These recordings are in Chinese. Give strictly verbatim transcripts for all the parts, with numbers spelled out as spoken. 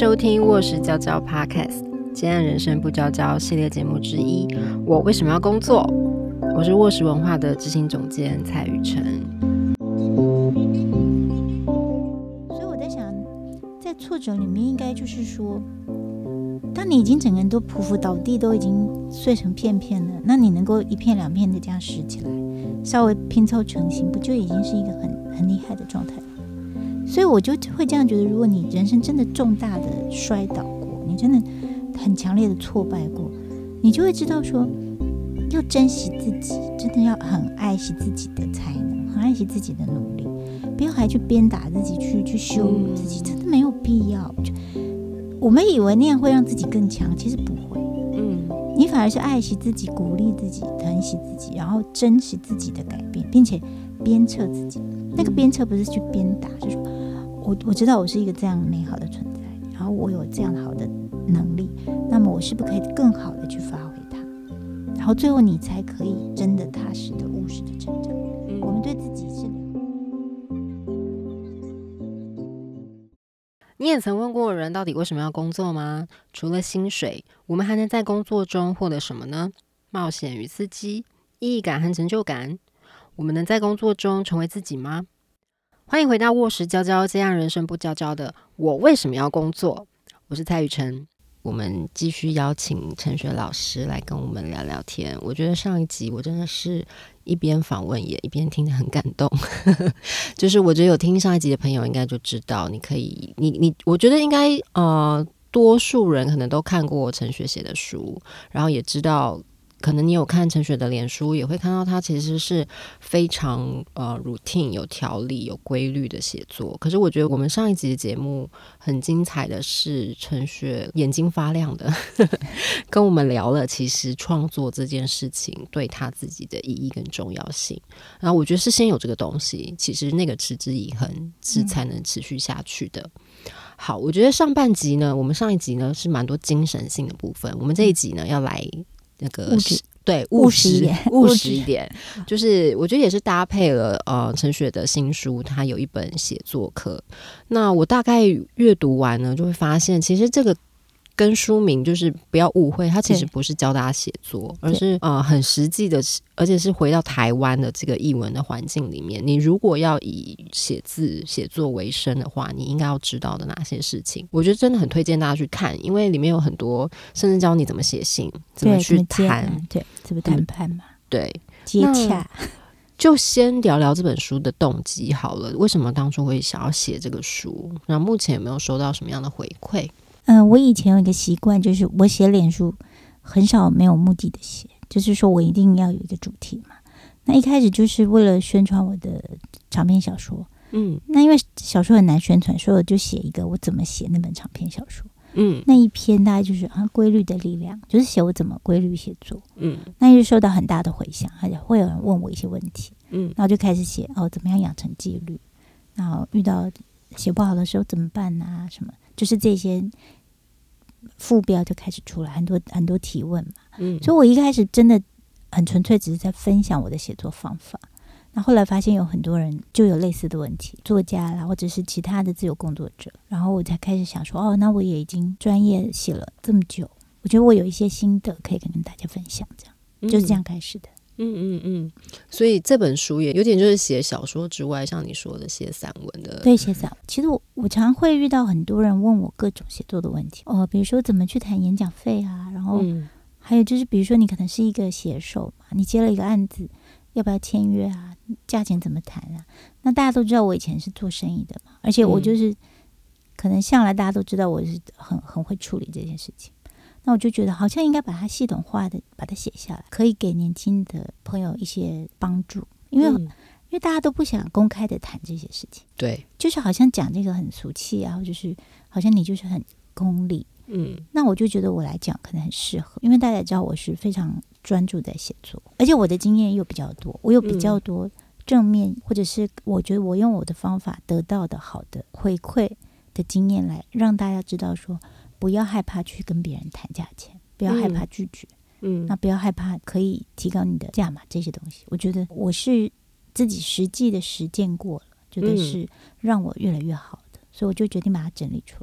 收听卧石娇娇 Podcast 接案人生不娇娇系列节目之一，我为什么要工作？我是卧石文化的执行总监蔡雨辰。 所以我在想，在挫折里面应该就是说，当你已经整个人都匍匐倒地，都已经碎成片片了，那你能够一片两片的这样拾起来，稍微拼凑成型，不就已经是一个很很厉害的状态了？所以我就会这样觉得，如果你人生真的重大的摔倒过，你真的很强烈的挫败过，你就会知道说，要珍惜自己，真的要很爱惜自己的才能，很爱惜自己的努力，不要还去鞭打自己，去去羞辱自己，真的没有必要。就我们以为那样会让自己更强，其实不会。嗯，你反而是爱惜自己，鼓励自己，疼惜自己，然后珍惜自己的改变，并且鞭策自己。那个鞭策不是去鞭打，是说我我知道我是一个这样美好的存在，然后我有这样好的能力，那么我是不是可以更好的去发挥它？然后最后你才可以真的踏实的、务实的成长。嗯、我们对自己是。 你也曾问过人到底为什么要工作吗？除了薪水，我们还能在工作中获得什么呢？冒险与刺激，意义感和成就感。我们能在工作中成为自己吗？欢迎回到卧石娇娇，这样人生不娇娇的我为什么要工作？我是蔡雨辰。我们继续邀请陈雪老师来跟我们聊聊天。我觉得上一集我真的是一边访问也一边听得很感动就是我觉得有听上一集的朋友应该就知道，你可以你你我觉得应该呃多数人可能都看过陈雪写的书，然后也知道可能你有看陈雪的脸书，也会看到她其实是非常呃 routine 有条理有规律的写作。可是我觉得我们上一集的节目很精彩的是陈雪眼睛发亮的跟我们聊了其实创作这件事情对她自己的意义跟重要性。然后我觉得是先有这个东西，其实那个持之以恒是才能持续下去的。好，我觉得上半集呢，我们上一集呢是蛮多精神性的部分，我们这一集呢要来那个对务实务实一点，就是我觉得也是搭配了呃陈雪的新书，他有一本写作课。那我大概阅读完呢，就会发现其实这个跟书名就是不要误会，它其实不是教大家写作，而是呃很实际的，而且是回到台湾的这个艺文的环境里面，你如果要以写字写作为生的话，你应该要知道的哪些事情，我觉得真的很推荐大家去看，因为里面有很多甚至教你怎么写信，怎么去谈， 对，怎么谈判嘛， 对， 接洽。 就先聊聊这本书的动机好了，为什么当初会想要写这个书？然后目前有没有收到什么样的回馈？ 嗯、呃，我以前有一个习惯，就是我写脸书很少没有目的的写，就是说我一定要有一个主题嘛。那一开始就是为了宣传我的长篇小说，嗯，那因为小说很难宣传，所以我就写一个我怎么写那本长篇小说，嗯，那一篇大概就是啊规律的力量，就是写我怎么规律写作，嗯，那就受到很大的回响，而且会有人问我一些问题，嗯，然后就开始写哦怎么样养成纪律，然后遇到写不好的时候怎么办啊什么。就是这些副标就开始出来，很多很多提问嘛，嗯，所以我一开始真的很纯粹，只是在分享我的写作方法。那后来发现有很多人就有类似的问题，作家啦，或者是其他的自由工作者，然后我才开始想说，哦，那我也已经专业写了这么久，我觉得我有一些心得可以跟大家分享，这样、嗯、就是这样开始的。 嗯嗯嗯，所以这本书也有点就是写小说之外，像你说的写散文的。 对，写散文。其实我我常会遇到很多人问我各种写作的问题，哦，比如说怎么去谈演讲费啊，然后还有就是比如说你可能是一个写手嘛，你接了一个案子，要不要签约啊？价钱怎么谈啊？那大家都知道我以前是做生意的嘛，而且我就是、嗯、可能向来大家都知道我是很很会处理这件事情。那我就觉得好像应该把它系统化的把它写下来，可以给年轻的朋友一些帮助，因为、嗯、因为大家都不想公开的谈这些事情， 对， 就是好像讲这个很俗气啊，或者是好像你就是很功利，嗯，那我就觉得我来讲可能很适合，因为大家知道我是非常专注在写作，而且我的经验又比较多，我有比较多正面、嗯、或者是我觉得我用我的方法得到的好的回馈的经验来让大家知道说不要害怕去跟别人谈价钱，不要害怕拒绝，嗯，那不要害怕可以提高你的价码这些东西。我觉得我是自己实际的实践过了，觉得是让我越来越好的，所以我就决定把它整理出来。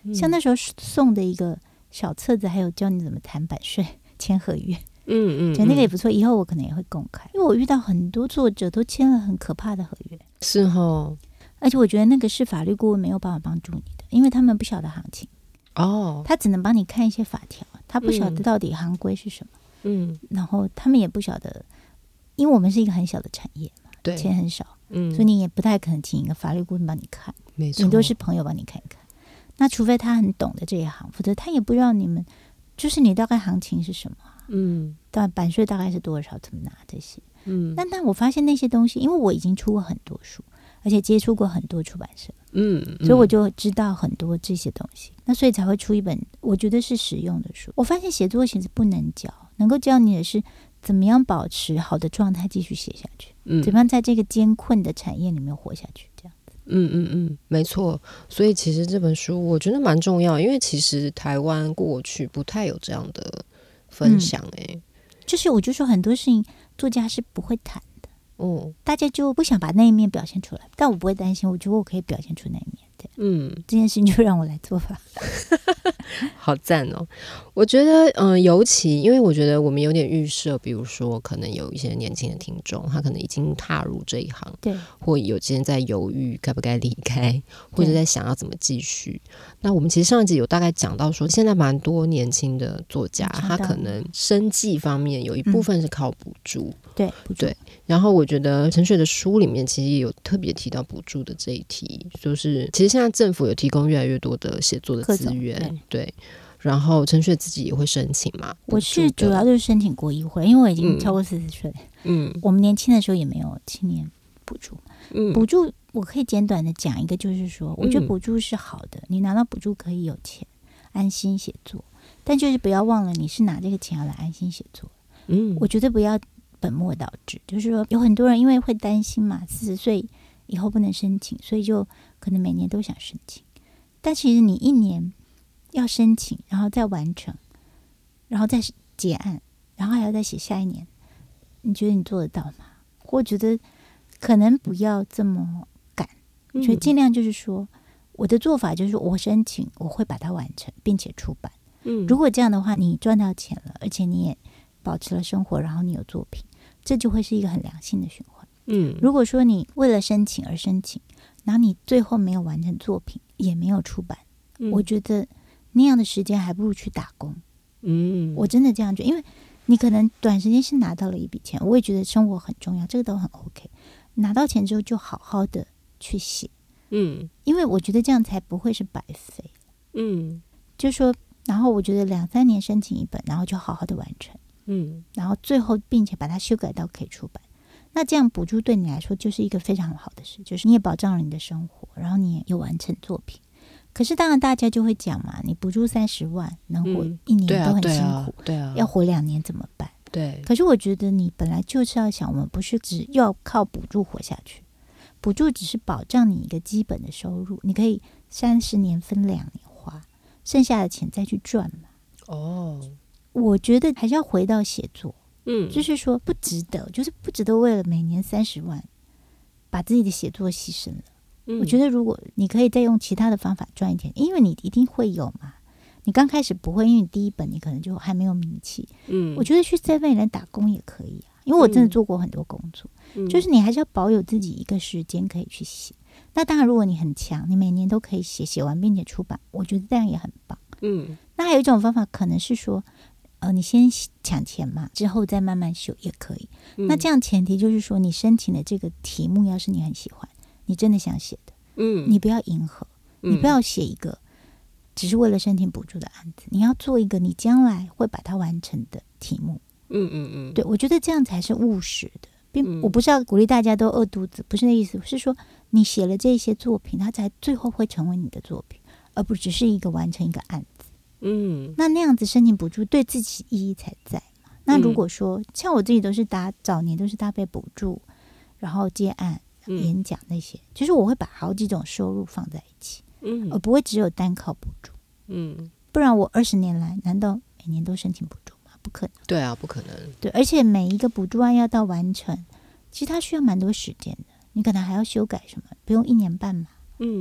嗯、像那时候送的一个小册子，还有教你怎么谈版税、签合约。 嗯嗯， 觉得那个也不错，以后我可能也会公开，因为我遇到很多作者都签了很可怕的合约。 是哦， 而且我觉得那个是法律顾问没有办法帮助你的，因为他们不晓得行情哦， 他只能帮你看一些法条，他不晓得到底行规是什么。嗯，然后他们也不晓得，因为我们是一个很小的产业嘛，对，钱很少，嗯，所以你也不太可能请一个法律顾问帮你看，没错，顶多是朋友帮你看一看。那除非他很懂得这一行，否则他也不知道你们就是你大概行情是什么。嗯，但版税大概是多少，怎么拿这些？嗯，但但我发现那些东西，因为我已经出过很多书，而且接触过很多出版社，嗯，所以我就知道很多这些东西。那所以才会出一本我觉得是实用的书。我发现写作其实不能教，能够教你的是怎么样保持好的状态继续写下去，嗯，怎么样在这个艰困的产业里面活下去，这样。 嗯嗯嗯，没错。所以其实这本书我觉得蛮重要，因为其实台湾过去不太有这样的分享、欸嗯、 就是我就说很多事情作家是不会谈的，哦，大家就不想把那一面表现出来，但我不会担心，我觉得我可以表现出那一面。对，嗯，这件事情就让我来做吧。 好赞哦！我觉得，嗯、呃，尤其因为我觉得我们有点预设，比如说，可能有一些年轻的听众，他可能已经踏入这一行，对，或有些人在犹豫该不该离开，或者在想要怎么继续。那我们其实上一集有大概讲到说，现在蛮多年轻的作家，他可能生计方面有一部分是靠补助，嗯、 对，补助。 对。然后我觉得陈雪的书里面其实也有特别提到补助的这一题，就是其实现在政府有提供越来越多的写作的资源，对, 对。然后陈雪自己也会申请嘛？ 我是主要就是申请国议会，因为我已经超过四十岁。嗯，我们年轻的时候也没有青年补助。嗯，补助我可以简短的讲一个，就是说，我觉得补助是好的，嗯、你拿到补助可以有钱安心写作，但就是不要忘了你是拿这个钱要来安心写作。嗯，我觉得不要本末倒置，就是说有很多人因为会担心嘛，四十岁以后不能申请，所以就可能每年都想申请，但其实你一年要申请，然后再完成，然后再结案，然后还要再写下一年，你觉得你做得到吗？我觉得可能不要这么赶，我觉得尽量就是说，我的做法就是我申请，我会把它完成，并且出版。嗯，如果这样的话，你赚到钱了，而且你也保持了生活，然后你有作品，这就会是一个很良性的循环。嗯，如果说你为了申请而申请，然后你最后没有完成作品，也没有出版，嗯、我觉得那样的时间还不如去打工。嗯，我真的这样觉得，因为你可能短时间是拿到了一笔钱，我也觉得生活很重要，这个都很 OK。拿到钱之后就好好的去写，嗯，因为我觉得这样才不会是白费。嗯，就说，然后我觉得两三年申请一本，然后就好好的完成，嗯，然后最后并且把它修改到可以出版。那这样补助对你来说就是一个非常好的事，就是你也保障了你的生活，然后你也有完成作品。可是当然大家就会讲嘛，你补助三十万能活一年都很辛苦，嗯、对啊对啊对啊，要活两年怎么办？对。可是我觉得你本来就是要想，我们不是只要靠补助活下去，补助只是保障你一个基本的收入，你可以三十年分两年花，剩下的钱再去赚嘛。哦，我觉得还是要回到写作，嗯，就是说不值得，就是不值得为了每年三十万把自己的写作牺牲了。嗯、我觉得如果你可以再用其他的方法赚一点，因为你一定会有嘛。你刚开始不会，因为你第一本你可能就还没有名气。嗯，我觉得去 seven 来打工也可以啊，因为我真的做过很多工作，嗯、就是你还是要保有自己一个时间可以去写。那当然，如果你很强，你每年都可以写，写完并且出版，我觉得这样也很棒。嗯，那还有一种方法可能是说，呃，你先抢钱嘛，之后再慢慢修也可以。嗯、那这样前提就是说，你申请的这个题目要是你很喜欢，你真的想写的，嗯，你不要迎合，你不要写一个只是为了申请补助的案子，你要做一个你将来会把它完成的题目。嗯嗯嗯，对，我觉得这样才是务实的，并我不是要鼓励大家都饿肚子，不是那意思，是说你写了这些作品，它才最后会成为你的作品，而不只是一个完成一个案子。嗯，那那样子申请补助对自己意义才在嘛。那如果说、嗯、像我自己都是搭早年都是搭配补助，然后接案、演讲那些，就是我会把好几种收入放在一起，嗯，而不会只有单靠补助。嗯，不然我二十年来难道每年都申请补助吗？不可能。 对啊，不可能。 对，而且每一个补助案要到完成，其实它需要蛮多时间的，你可能还要修改什么，不用一年半嘛。嗯，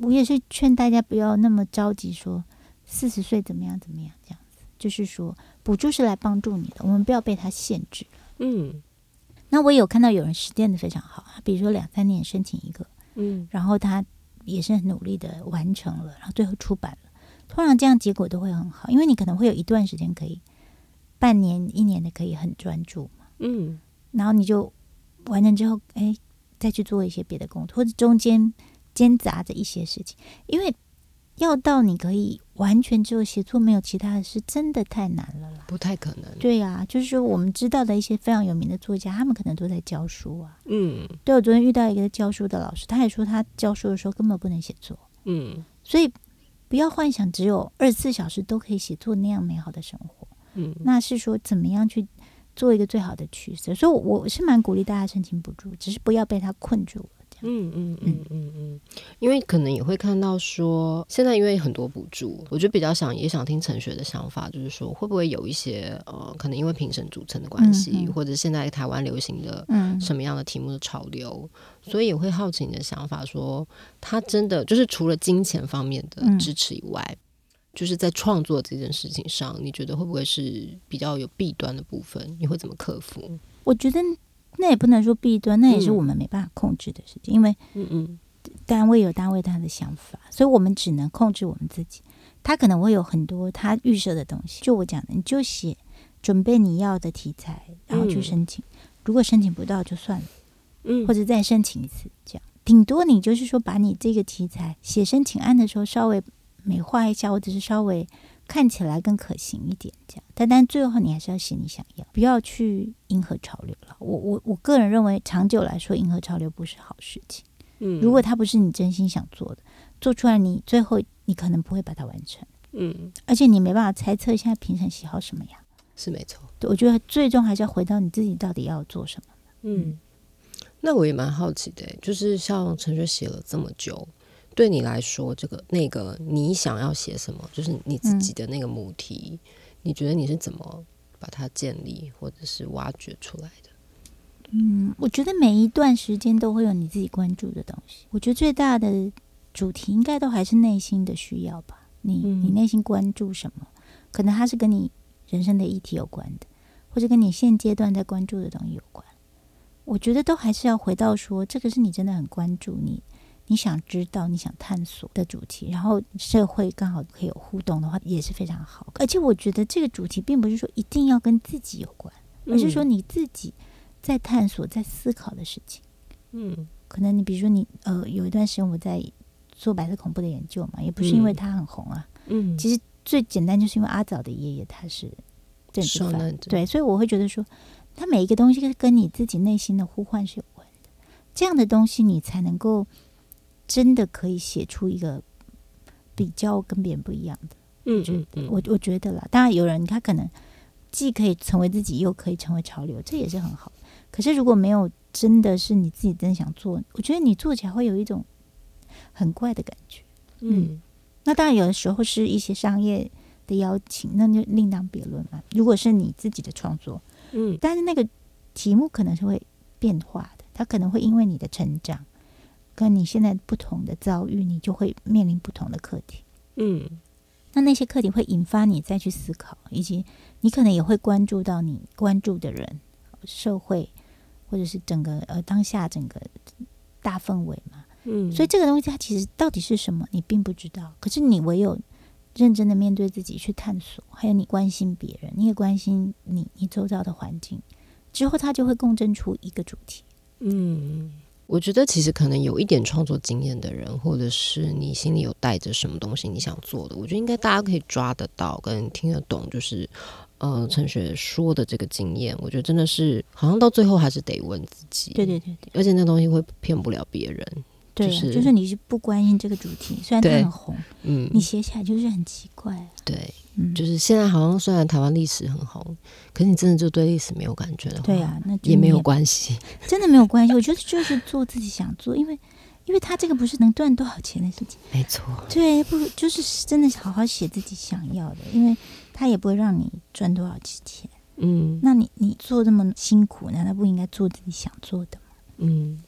我也是劝大家不要那么着急说四十岁怎么样怎么样这样子，就是说补助是来帮助你的，我们不要被它限制。 嗯， 那我也有看到有人实践的非常好，比如说两三年申请一个， 嗯， 然后他也是很努力的完成了，然后最后出版了，通常这样结果都会很好，因为你可能会有一段时间可以半年一年的可以很专注嘛， 嗯， 然后你就完成之后，哎，再去做一些别的工作，或者中间兼杂着一些事情，因为要到你可以完全只有写作没有其他的事，真的太难了啦， 不太可能。 对啊，就是说我们知道的一些非常有名的作家，他们可能都在教书啊。 嗯， 对，我昨天遇到一个教书的老师，他也说他教书的时候根本不能写作。 嗯， 所以不要幻想只有二十四小时都可以写作那样美好的生活。 嗯， 那是说怎么样去做一个最好的取舍。所以我是蛮鼓励大家申请补助，只是不要被它困住了。 嗯嗯嗯嗯嗯，因为可能也会看到说，现在因为很多补助，我觉得比较想也想听陈学的想法，就是说会不会有一些呃，可能因为评审组成的关系， 嗯嗯或者现在台湾流行的什么样的题目的潮流，嗯、所以也会好奇你的想法说，说他真的就是除了金钱方面的支持以外，嗯、就是在创作这件事情上，你觉得会不会是比较有弊端的部分？你会怎么克服？ 我觉得。那也不能说弊端，那也是我们没办法控制的事情，嗯、因为单位有单位他的想法，所以我们只能控制我们自己。他可能会有很多他预设的东西，就我讲的，你就写准备你要的题材，然后去申请，嗯、如果申请不到就算了，嗯、或者再申请一次，这样顶多你就是说把你这个题材写申请案的时候稍微美化一下，或者是稍微看起来更可行一点，这样。但但最后你还是要写你想要，不要去迎合潮流了。我我我个人认为，长久来说，迎合潮流不是好事情。嗯，如果它不是你真心想做的，做出来你最后你可能不会把它完成。嗯，而且你没办法猜测现在评审喜好什么样。 是没错。 对，我觉得最终还是要回到你自己到底要做什么。 嗯，嗯那我也蛮好奇的，就是像陈学写了这么久。对你来说，这个那个你想要写什么，就是你自己的那个母题，嗯、你觉得你是怎么把它建立或者是挖掘出来的？ 嗯，我觉得每一段时间都会有你自己关注的东西。我觉得最大的主题应该都还是内心的需要吧。你、嗯、你内心关注什么？可能它是跟你人生的议题有关的，或者跟你现阶段在关注的东西有关。我觉得都还是要回到说，这个是你真的很关注你。你想知道你想探索的主题，然后社会刚好可以有互动的话也是非常好。而且我觉得这个主题并不是说一定要跟自己有关，而是说你自己在探索在思考的事情。嗯，可能你比如说你呃有一段时间我在做白色恐怖的研究嘛，也不是因为它很红啊。嗯，其实最简单就是因为阿早的爷爷他是政治犯，对，所以我会觉得说他每一个东西跟你自己内心的呼唤是有关的，这样的东西你才能够真的可以写出一个比较跟别人不一样的。嗯嗯嗯，我我觉得啦，当然有人他可能既可以成为自己，又可以成为潮流，这也是很好。可是如果没有真的是你自己真的想做，我觉得你做起来会有一种很怪的感觉。嗯，那当然有的时候是一些商业的邀请，那就另当别论嘛。如果是你自己的创作，嗯，但是那个题目可能是会变化的，它可能会因为你的成长跟你现在不同的遭遇，你就会面临不同的课题。嗯，那那些课题会引发你再去思考，以及你可能也会关注到你关注的人、社会，或者是整个呃当下整个大氛围嘛。嗯，所以这个东西它其实到底是什么，你并不知道。可是你唯有认真的面对自己去探索，还有你关心别人，你也关心你你周遭的环境，之后它就会共振出一个主题。 嗯。我觉得其实可能有一点创作经验的人，或者是你心里有带着什么东西你想做的，我觉得应该大家可以抓得到跟听得懂，就是呃陈学说的这个经验，我觉得真的是好像到最后还是得问自己。 对对对对， 而且那东西会骗不了别人。 对、啊就是、 就是你是不关心这个主题，虽然它很红，嗯，你写起来就是很奇怪、啊。 对、嗯，就是现在好像虽然台湾历史很红，可是你真的就对历史没有感觉的话， 对啊，那也没有关系， 真的没有关系。我觉得就是做自己想做，因为因为他这个不是能赚多少钱的事情， 没错。 对，不就是真的好好写自己想要的，因为他也不会让你赚多少钱。嗯，那你你做这么辛苦，难道不应该做自己想做的吗？ 嗯， 对啊。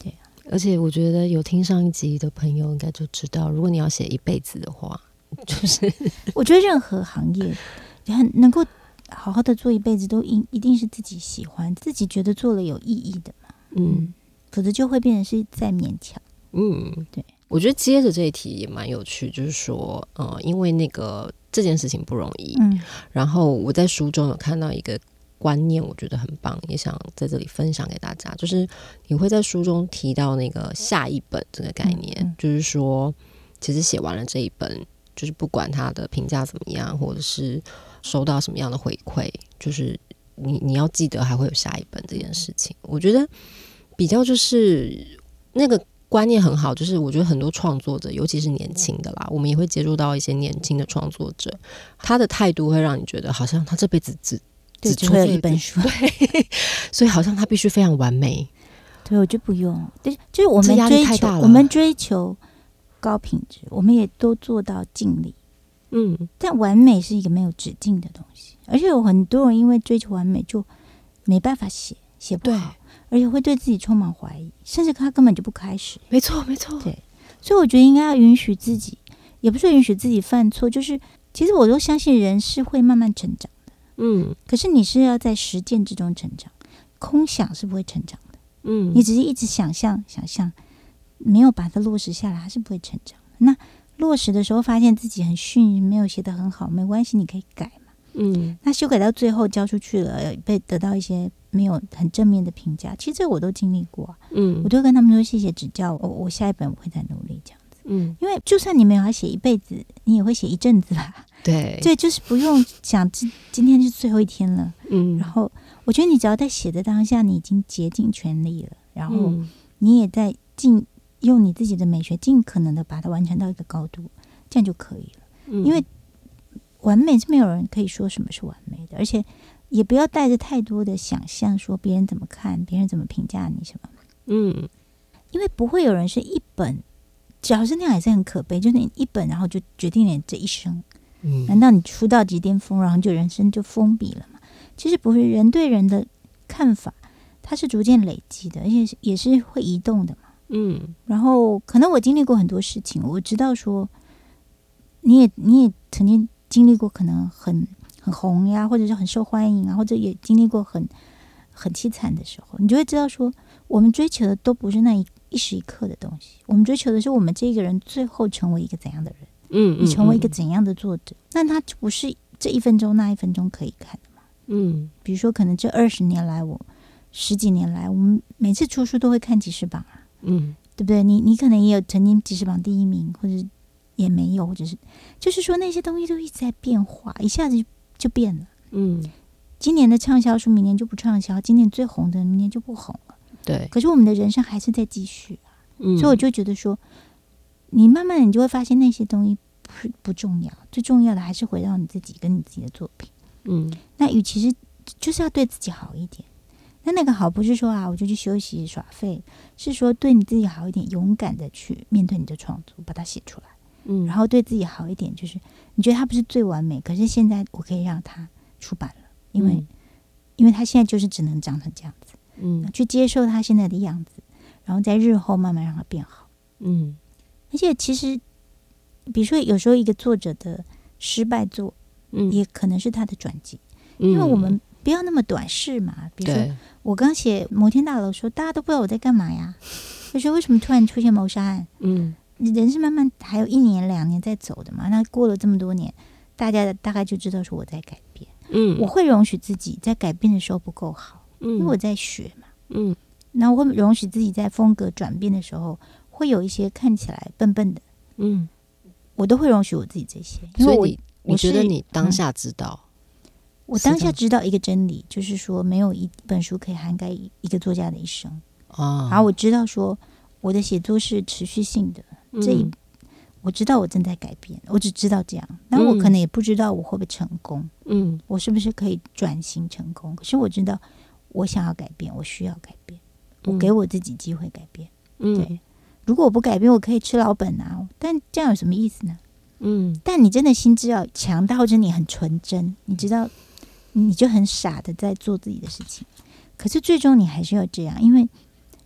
而且我觉得有听上一集的朋友应该就知道，如果你要写一辈子的话，就是我觉得任何行业很能够好好的做一辈子，都一一定是自己喜欢、自己觉得做了有意义的嘛。嗯，嗯否则就会变成是在勉强。 嗯， 对。 我觉得接着这一题也蛮有趣，就是说，呃，因为那个这件事情不容易， 嗯， 然后我在书中有看到一个观念，我觉得很棒，也想在这里分享给大家。就是你会在书中提到那个下一本这个概念，嗯嗯、就是说，其实写完了这一本，就是不管他的评价怎么样，或者是收到什么样的回馈，就是你你要记得还会有下一本这件事情。我觉得比较就是那个观念很好，就是我觉得很多创作者，尤其是年轻的啦，我们也会接触到一些年轻的创作者，他的态度会让你觉得好像他这辈子只对只会有一本书， 对，所以好像他必须非常完美。 对，我就不用，就是我们追求，我们追求高品质，我们也都做到尽力。嗯，但完美是一个没有止境的东西，而且有很多人因为追求完美就没办法写，写不好。而且会对自己充满怀疑，甚至他根本就不开始。 没错，没错。 对，所以我觉得应该要允许自己，也不是允许自己犯错，就是其实我都相信人是会慢慢成长的。嗯，可是你是要在实践之中成长，空想是不会成长的。嗯，你只是一直想象，想象，没有把它落实下来，它是不会成长的。那落实的时候，发现自己很逊，没有写得很好，没关系，你可以改嘛。嗯，那修改到最后交出去了，被得到一些没有很正面的评价，其实这我都经历过、啊。嗯，我都跟他们说谢谢指教，我我下一本我会再努力这样子。嗯，因为就算你没有要写一辈子，你也会写一阵子吧。 对， 对，就是不用想今天是最后一天了。嗯，然后我觉得你只要在写的当下，你已经竭尽全力了，然后你也在尽用你自己的美学，尽可能的把它完成到一个高度，这样就可以了。嗯，因为完美是没有人可以说什么是完美的，而且也不要带着太多的想象，说别人怎么看，别人怎么评价你什么。嗯，因为不会有人是一本，只要是那样也是很可悲，就是你一本然后就决定了你这一生。嗯，难道你出道即巅峰，然后就人生就封闭了吗？其实不是，人对人的看法它是逐渐累积的，而且也是会移动的嘛。嗯，然后可能我经历过很多事情，我知道说你也你也曾经经历过可能很很红呀，或者是很受欢迎啊，或者也经历过很很凄惨的时候，你就会知道说，我们追求的都不是那一一时一刻的东西，我们追求的是我们这个人最后成为一个怎样的人，嗯，你成为一个怎样的作者，那他就不是这一分钟那一分钟可以看的嘛。嗯，比如说可能这二十年来，我十几年来，我们每次出书都会看几十榜啊，嗯，对不对？你你可能也有曾经几十榜第一名，或者是也没有，或者是就是说那些东西都一直在变化，一下子就就变了。嗯，今年的畅销书明年就不畅销，今年最红的明年就不红了。 对， 可是我们的人生还是在继续啊。嗯，所以我就觉得说，你慢慢的你就会发现那些东西不不重要，最重要的还是回到你自己跟你自己的作品。嗯，那与其是就是要对自己好一点。那那个好不是说啊我就去休息耍废，是说对你自己好一点，勇敢的去面对你的创作，把它写出来。嗯，然后对自己好一点，就是你觉得它不是最完美，可是现在我可以让它出版了，因为、嗯、因为它现在就是只能长成这样子。嗯，去接受它现在的样子，然后在日后慢慢让它变好。嗯，而且其实比如说有时候一个作者的失败作，嗯，也可能是他的转机、嗯、因为我们不要那么短视嘛。比如说我刚写摩天大楼的时候，大家都不知道我在干嘛呀，就说为什么突然出现谋杀案。嗯，人是慢慢还有一年两年在走的嘛，那过了这么多年，大家大概就知道说我在改变。嗯，我会容许自己在改变的时候不够好，嗯，因为我在学嘛。嗯，那我会容许自己在风格转变的时候会有一些看起来笨笨的。嗯，我都会容许我自己这些，因为我所以你你觉得你当下知道、 嗯、我当下知道一个真理，就是说没有一本书可以涵盖一个作家的一生啊。然后我知道说我的写作是持续性的，嗯、这一我知道我正在改变，我只知道这样，但我可能也不知道我会不会成功，嗯，我是不是可以转型成功。可是我知道我想要改变，我需要改变，我给我自己机会改变。嗯，对，如果我不改变，我可以吃老本啊，但这样有什么意思呢？嗯，但你真的心智要强大，或者你很纯真，你知道你就很傻的在做自己的事情，可是最终你还是要这样，因为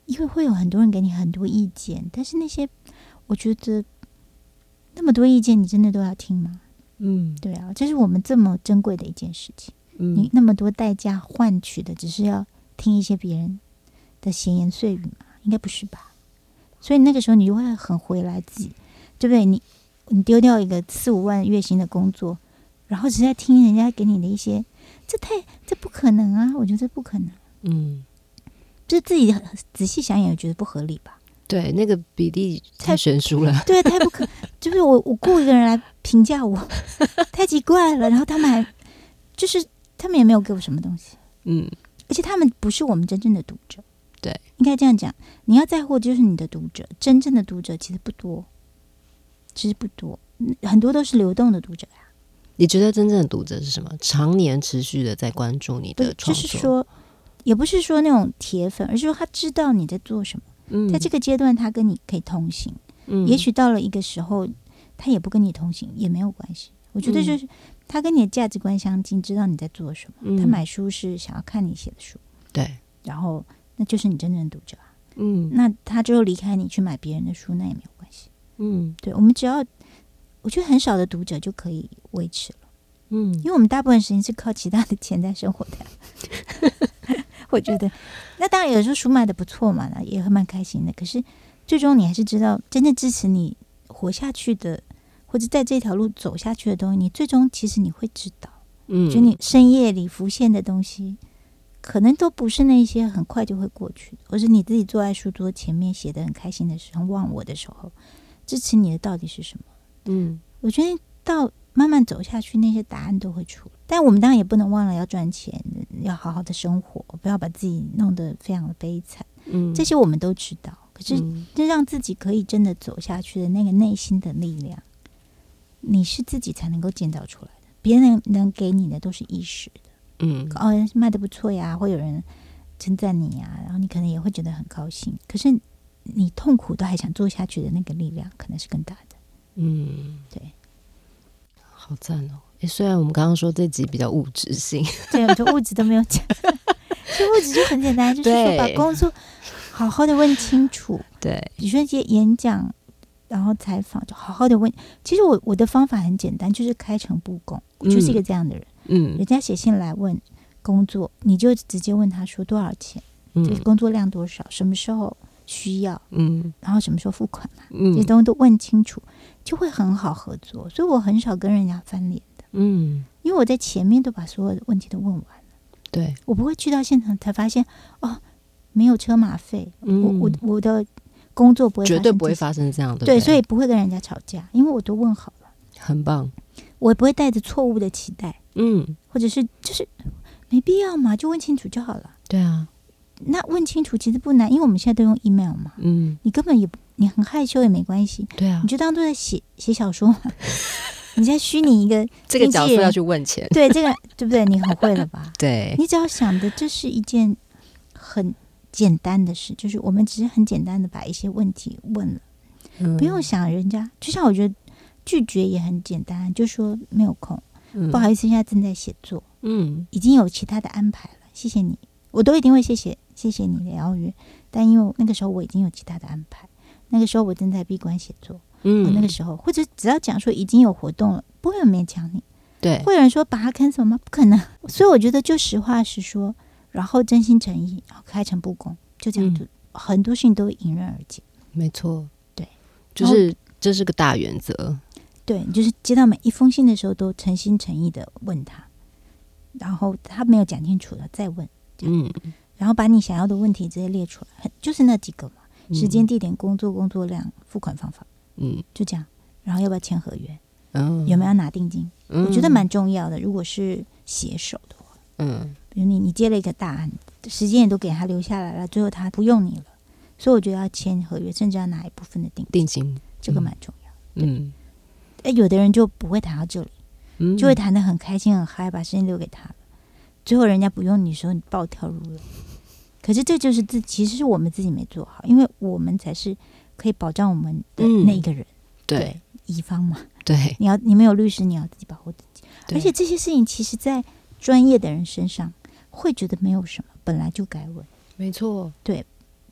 因为会有很多人给你很多意见，但是那些我觉得那么多意见，你真的都要听吗？ 嗯， 对啊，这是我们这么珍贵的一件事情。 嗯， 你那么多代价换取的，只是要听一些别人的闲言碎语嘛？应该不是吧？所以那个时候你就会很回来自己，对不对？你你丢掉一个四五万月薪的工作，然后只是在听人家给你的一些，这太这不可能啊！我觉得不可能。 嗯， 这自己仔细想也觉得不合理吧？ 对，那个比例太悬殊了。 对，太不可，就是我我雇一个人来评价我，太奇怪了。然后他们还就是他们也没有给我什么东西， 嗯，而且他们不是我们真正的读者。 对， 应该这样讲，你要在乎的就是你的读者，真正的读者其实不多，其实不多，很多都是流动的读者呀。 你觉得真正的读者是什么？常年持续的在关注你的创作， 就是说，也不是说那种铁粉，而是说他知道你在做什么。 嗯， 在这个阶段，他跟你可以同行。嗯，也许到了一个时候，他也不跟你同行，也没有关系。我觉得就是他跟你的价值观相近，知道你在做什么。嗯，他买书是想要看你写的书， 对， 然后那就是你真正的读者啊。 嗯， 那他之后离开你去买别人的书，那也没有关系。 嗯， 对，我们只要我觉得很少的读者就可以维持了。 嗯， 因为我们大部分时间是靠其他的钱在生活的。我觉得，那当然有时候书卖的不错嘛，也会蛮开心的。可是最终你还是知道，真正支持你活下去的，或者在这条路走下去的东西，你最终其实你会知道。嗯，就你深夜里浮现的东西，可能都不是那些很快就会过去的，或是你自己坐在书桌前面写的很开心的时候，忘我的时候，支持你的到底是什么？嗯，我觉得到慢慢走下去，那些答案都会出来。但我们当然也不能忘了要赚钱，要好好的生活，不要把自己弄得非常的悲惨。嗯，这些我们都知道。可是，就让自己可以真的走下去的那个内心的力量，你是自己才能够建造出来的。别人能给你的都是一时的。嗯，哦，卖得不错呀，会有人称赞你呀，然后你可能也会觉得很高兴。可是你痛苦都还想做下去的那个力量，可能是更大的。嗯，对。 好赞哦！欸，虽然我们刚刚说这集比较物质性， 对，我就物质都没有讲，所以物质就很简单，就是说把工作好好的问清楚。 对， 比如说一些演讲，然后采访，就好好的问。其实我我的方法很简单，就是开诚布公。我就是一个这样的人。嗯，人家写信来问工作，你就直接问他说多少钱，嗯，就是工作量多少，什么时候需要，嗯，然后什么时候付款嘛，嗯，这些东西都问清楚，就会很好合作。所以我很少跟人家翻脸的，嗯，因为我在前面都把所有的问题都问完了。 对， 我不会去到现场才发现哦，没有车马费，嗯，我我我的工作不会发生绝对不会发生这样的， 对，所以不会跟人家吵架，因为我都问好了， 很棒。 我也不会带着错误的期待，嗯，或者是就是没必要嘛，就问清楚就好了。 对啊， 那问清楚其实不难，因为我们现在都用 email 嘛，嗯，你根本也你很害羞也没关系， 对啊， 你就当做在写写小说嘛。你在虚拟一个这个角色要去问钱， 对这个对不对？你很会了吧？ 对， 你只要想的这是一件很简单的事，就是我们只是很简单的把一些问题问了，嗯，不用想人家。就像我觉得拒绝也很简单，就说没有空，嗯，不好意思，现在正在写作，嗯，已经有其他的安排了，谢谢你，我都一定会谢谢谢谢你的邀约，但因为那个时候我已经有其他的安排，那个时候我正在闭关写作，嗯，那个时候或者只要讲说已经有活动了，不会有人勉强你， 对， 会有人说把它坑什么吗？不可能。所以我觉得就实话实说，然后真心诚意，然后开诚布公，就这样子，嗯，很多事情都会迎刃而解。 没错， 对， 就是这是个大原则。 对，你就是接到每一封信的时候都诚心诚意的问他，然后他没有讲清楚了再问，嗯，然后把你想要的问题直接列出来，就是那几个嘛，时间、地点、工作、工作量、付款方法，嗯，就这样。然后要不要签合约？嗯，有没有要拿定金？嗯，我觉得蛮重要的。如果是写手的话，嗯，比如你你接了一个大案，时间也都给他留下来了，最后他不用你了，所以我觉得要签合约，甚至要拿一部分的定金， 定金， 这个蛮重要。嗯。欸，有的人就不会谈到这里，嗯，就会谈得很开心很嗨，把时间留给他了，最后人家不用你的时候你暴跳如雷。可是这就是自其实是我们自己没做好，因为我们才是可以保障我们的那一个人，嗯， 对， 对，乙方嘛， 对， 你要你没有律师，你要自己保护自己。而且这些事情其实在专业的人身上会觉得没有什么，本来就该问， 没错， 对，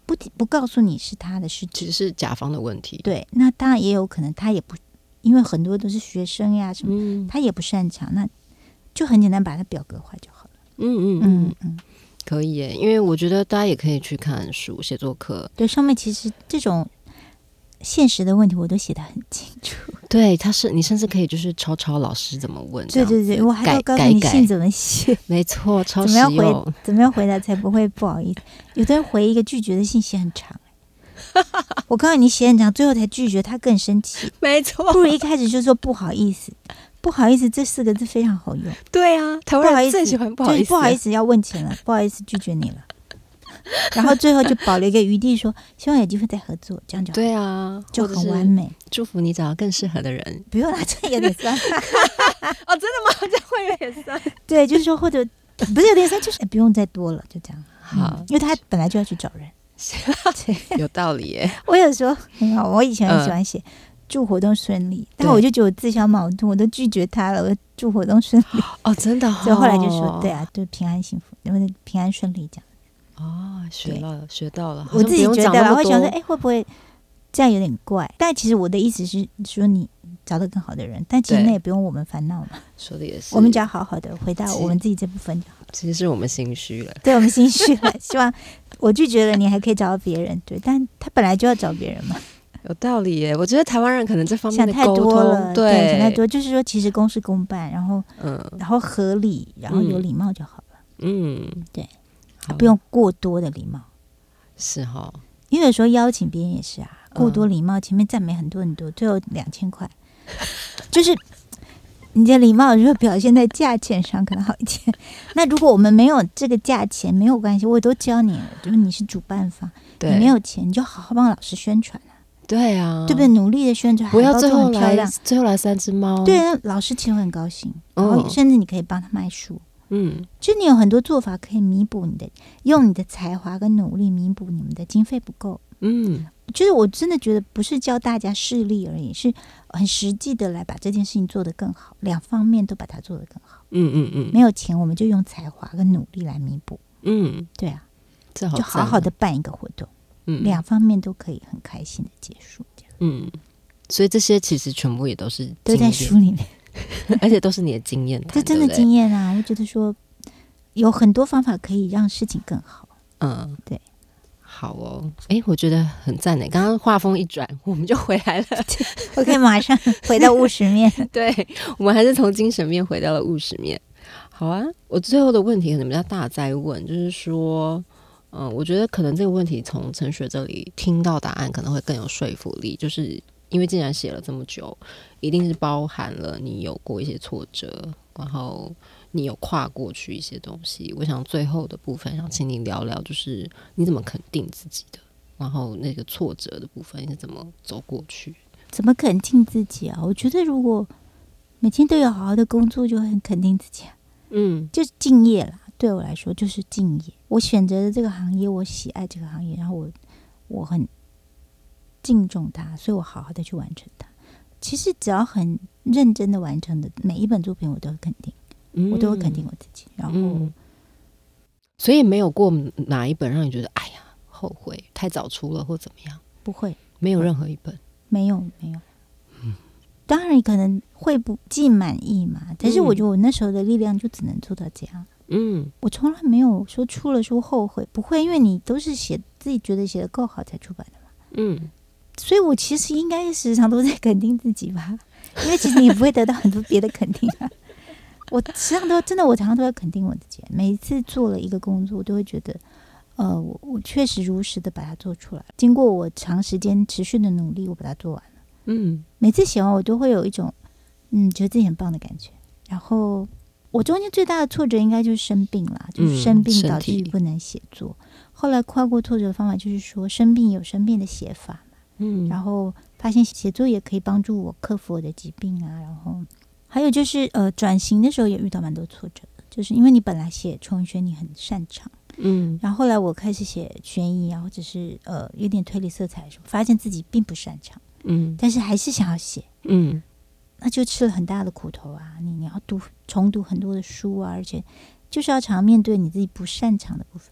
不不告诉你是他的事情， 其实是甲方的问题。 对，那当然也有可能他也不，因为很多都是学生呀什么， 嗯他也不擅长，那就很简单把它表格化就好了。 嗯嗯嗯嗯， 嗯， 可以耶，因为我觉得大家也可以去看书、写作课。 对，上面其实这种现实的问题我都写得很清楚。 对，他是你甚至可以就是抄抄老师怎么问， 对对对，我还要告诉改改你信怎么写， 没错，超实怎么样用。 回怎么样回答才不会不好意思。有的人回一个拒绝的信息很长，我告诉你写很长，最后才拒绝，他更生气。 没错， 不如一开始就说不好意思。不好意思这四个字非常好用。 对啊，台湾人最喜欢不好意思， 不好意思要问钱了，不好意思拒绝你了。然后最后就保留一个余地说希望有机会再合作，这样就好。 对啊， 就很完美。 祝福你找到更适合的人。 不用啦，这有点酸。 哦，真的吗？这样会有点酸。 对，就是说或者不是有点酸，就是、欸、不用再多了，就这样。 好、 嗯，因为他本来就要去找人。 有道理耶。 我有时候很好，我以前很喜欢写、嗯、祝活动顺利，但我就觉得我自相矛盾，我都拒绝他了，我祝活动顺利。 哦，真的、哦。 所以后来就说，对啊，就平安幸福，因为平安顺利这样。 哦，学到了，学到了。 我自己觉得，然后想说，哎，会不会这样有点怪？但其实我的意思是说，你找到更好的人，但其实那也不用我们烦恼嘛。 说的也是， 我们只要好好的回到我们自己这部分就好。 其实是我们心虚了， 对，我们心虚了。希望我拒绝了，你还可以找到别人。对，但他本来就要找别人嘛。 有道理耶，我觉得台湾人可能这方面的想太多了， 对， 对，想太多。就是说，其实公事公办，然后， 嗯， 然后合理，然后有礼貌就好了。 嗯， 对，不用过多的礼貌。 是哈， 因为有时候邀请别人也是啊，过多礼貌，前面赞美很多很多，最后两千块，就是你的礼貌如果表现在价钱上可能好一点。那如果我们没有这个价钱，没有关系，我都教你了，就是你是主办方，你没有钱，你就好好帮老师宣传啊。 对啊， 对不对？努力的宣传， 不要最后来最后来三只猫。 对，那老师其实会很高兴，然后甚至你可以帮他卖书。 嗯， 就你有很多做法可以弥补你的，用你的才华跟努力弥补你们的经费不够。 嗯， 就是我真的觉得不是教大家势利而已，是很实际的来把这件事情做得更好，两方面都把它做得更好。 嗯嗯嗯， 没有钱我们就用才华跟努力来弥补。 嗯， 对啊， 这好， 就好好的办一个活动，嗯，两方面都可以很开心的结束。这样， 嗯，所以这些其实全部也都是都在书里面。 而且都是你的经验， 这真的经验啊！我觉得说有很多方法可以让事情更好。 嗯， 对， 好哦。哎，我觉得很赞诶。刚刚话锋一转，我们就回来了。 我可以马上回到务实面。 对，我们还是从精神面回到了务实面。好啊，我最后的问题可能比较大，在问就是说，嗯、呃，我觉得可能这个问题从陈雪这里听到答案可能会更有说服力，就是。因为既然写了这么久，一定是包含了你有过一些挫折，然后你有跨过去一些东西。我想最后的部分想请你聊聊，就是你怎么肯定自己的，然后那个挫折的部分你是怎么走过去？ 怎么肯定自己啊？我觉得如果每天都有好好的工作，就会很肯定自己啊。嗯，就是敬业啦。对我来说就是敬业。我选择的这个行业，我喜爱这个行业，然后我我很敬重它，所以我好好的去完成它。其实只要很认真的完成的每一本作品，我都会肯定、嗯、我都会肯定我自己。然后、嗯、 所以没有过哪一本让你觉得哎呀后悔太早出了或怎么样？ 不会， 没有任何一本。 没有没有、嗯、当然可能会不尽满意嘛，但是我觉得我那时候的力量就只能做到这样。嗯，我从来没有说出了说后悔，不会，因为你都是写自己觉得写得够好才出版的嘛。嗯，所以我其实应该时常都在肯定自己吧，因为其实你也不会得到很多别的肯定啊。我时常都真的，我常常都在肯定我自己。每一次做了一个工作，我都会觉得，呃，我我确实如实的把它做出来。经过我长时间持续的努力，我把它做完了。嗯，每次写完，我都会有一种嗯觉得自己很棒的感觉。然后我中间最大的挫折应该就是生病啦，就是生病导致于不能写作。嗯、后来跨过挫折的方法就是说，生病有生病的写法。嗯，然后发现写作也可以帮助我克服我的疾病啊，然后还有就是呃转型的时候也遇到蛮多挫折的，就是因为你本来写纯文学你很擅长，嗯，然后后来我开始写悬疑啊，或者是呃有点推理色彩的时候，发现自己并不擅长，嗯，但是还是想要写，嗯，那就吃了很大的苦头啊，你你要读重读很多的书啊，而且就是要常面对你自己不擅长的部分。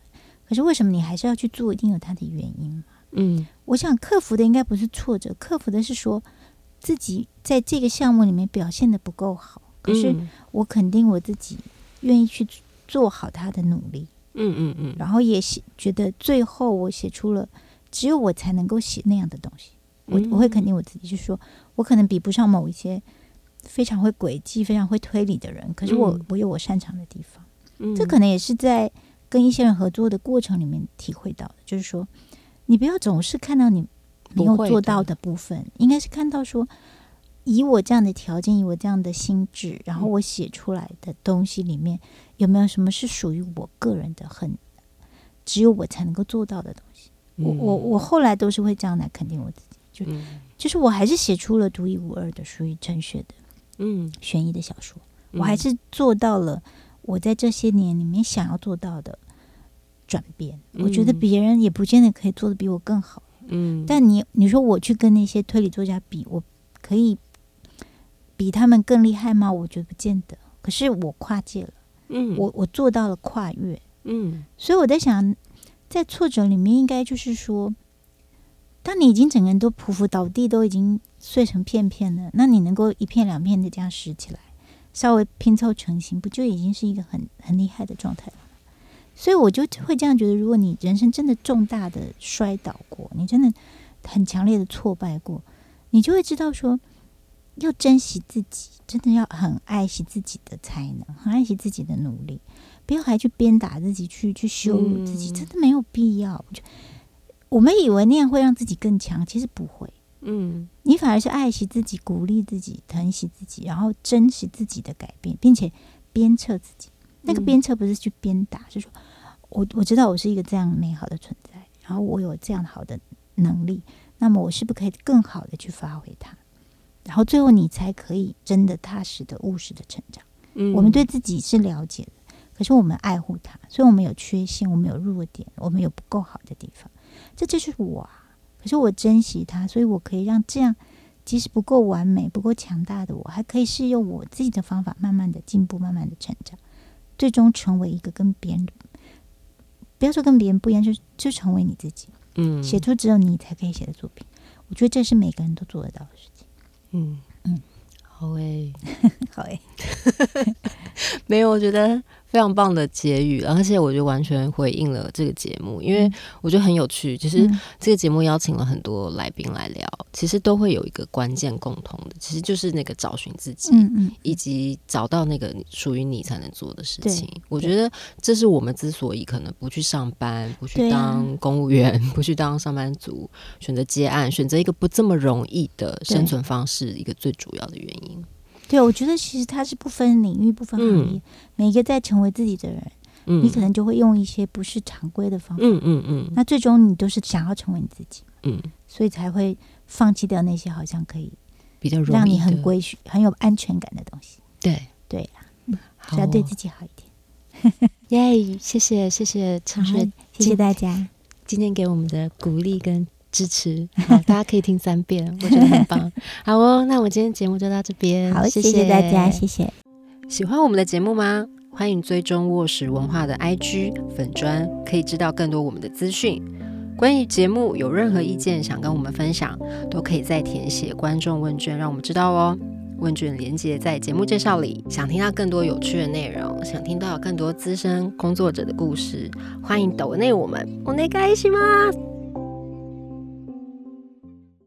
可是为什么你还是要去做，一定有它的原因嘛。 嗯， 我想克服的应该不是挫折，克服的是说自己在这个项目里面表现得不够好，可是我肯定我自己愿意去做好他的努力。 嗯嗯嗯， 然后也写觉得最后我写出了只有我才能够写那样的东西。我我会肯定我自己，就是说我可能比不上某一些非常会诡计、非常会推理的人，可是我、嗯、我有我擅长的地方。嗯，这可能也是在跟一些人合作的过程里面体会到的，就是说你不要总是看到你没有做到的部分，应该是看到说以我这样的条件，以我这样的心智，然后我写出来的东西里面有没有什么是属于我个人的，很只有我才能够做到的东西。我我我后来都是会这样来肯定我自己，就、嗯、就是我还是写出了独一无二的属于陈雪的嗯悬疑的小说、嗯，我还是做到了我在这些年里面想要做到的转变。嗯、我觉得别人也不见得可以做得比我更好，嗯，但你你说我去跟那些推理作家比，我可以比他们更厉害吗？我觉得不见得。可是我跨界了，嗯，我我做到了跨越，嗯，所以我在想，在挫折里面，应该就是说，当你已经整个人都匍匐倒地，都已经碎成片片了，那你能够一片两片的这样拾起来，稍微拼凑成型，不就已经是一个很很厉害的状态了？所以我就会这样觉得，如果你人生真的重大的摔倒过，你真的很强烈的挫败过，你就会知道说，要珍惜自己，真的要很爱惜自己的才能，很爱惜自己的努力，不要还去鞭打自己，去去羞辱自己、嗯，真的没有必要。我们以为那样会让自己更强，其实不会。嗯，你反而是爱惜自己，鼓励自己，疼惜自己，然后珍惜自己的改变，并且鞭策自己。那个鞭策不是去鞭打，是说我我知道我是一个这样美好的存在，然后我有这样好的能力，那么我是不是可以更好的去发挥它？然后最后你才可以真的踏实的务实的成长。嗯，我们对自己是了解的，可是我们爱护它，所以我们有缺陷，我们有弱点，我们有不够好的地方，这就是我啊。可是我珍惜它，所以我可以让这样即使不够完美不够强大的我，还可以试用我自己的方法，慢慢的进步，慢慢的成长，最终成为一个跟别人不要说跟别人不一样，就就成为你自己。嗯，写出只有你才可以写的作品，我觉得这是每个人都做得到的事情。嗯嗯， 好诶、 欸，好诶、 欸，没有，我觉得非常棒的结语，而且我就完全回应了这个节目，因为我觉得很有趣。其实这个节目邀请了很多来宾来聊，其实都会有一个关键共同的，其实就是那个找寻自己，嗯嗯，以及找到那个属于你才能做的事情。我觉得这是我们之所以可能不去上班，不去当公务员，不去当上班族，选择接案，选择一个不这么容易的生存方式，一个最主要的原因。 对，我觉得其实它是不分领域、不分行业，嗯、每一个在成为自己的人、嗯，你可能就会用一些不是常规的方法，嗯嗯嗯，那最终你都是想要成为你自己，嗯，所以才会放弃掉那些好像可以比较让你很规矩、很有安全感的东西。 对对呀、啊，所以要对自己好一点。 耶、yeah, 谢谢谢谢陈雪， 谢谢大家今天给我们的鼓励跟支持，好，大家可以听三遍，我觉得很棒。好哦，那我们今天节目就到这边， 好， 谢谢谢大家，谢谢。 喜欢我们的节目吗？欢迎追踪沃石文化的 I G 粉专，可以知道更多我们的资讯。关于节目有任何意见想跟我们分享，都可以再填写观众问卷，让我们知道哦。问卷连结在节目介绍里。想听到更多有趣的内容，想听到更多资深工作者的故事，欢迎抖内我们。お願いします。